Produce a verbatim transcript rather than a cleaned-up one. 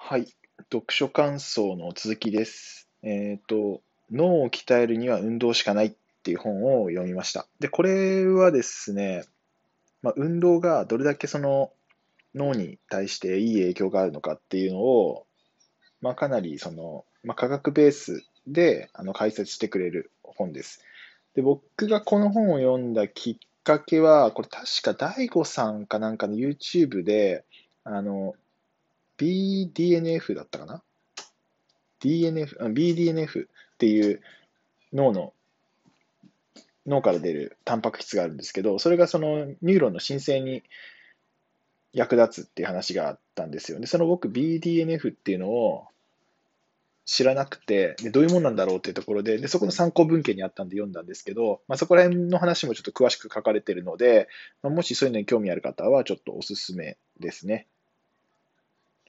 はい。読書感想の続きです。えっと、脳を鍛えるには運動しかないっていう本を読みました。で、これはですね、まあ、運動がどれだけその脳に対していい影響があるのかっていうのを、まあ、かなりその、まあ、科学ベースであの解説してくれる本です。で、僕がこの本を読んだきっかけは、これ確か大悟さんかなんかの YouTube で、あの、ビーディーエヌエフ だったかな ディーエヌエフ、あ ビーディーエヌエフ っていう脳の、脳から出るタンパク質があるんですけど、それがそのニューロンの申請に役立つっていう話があったんですよ。で、その僕 ビーディーエヌエフ っていうのを知らなくて、で、どういうもんなんだろうっていうところで、で、そこの参考文献にあったんで読んだんですけど、まあ、そこら辺の話もちょっと詳しく書かれているので、まあ、もしそういうのに興味ある方はちょっとおすすめですね。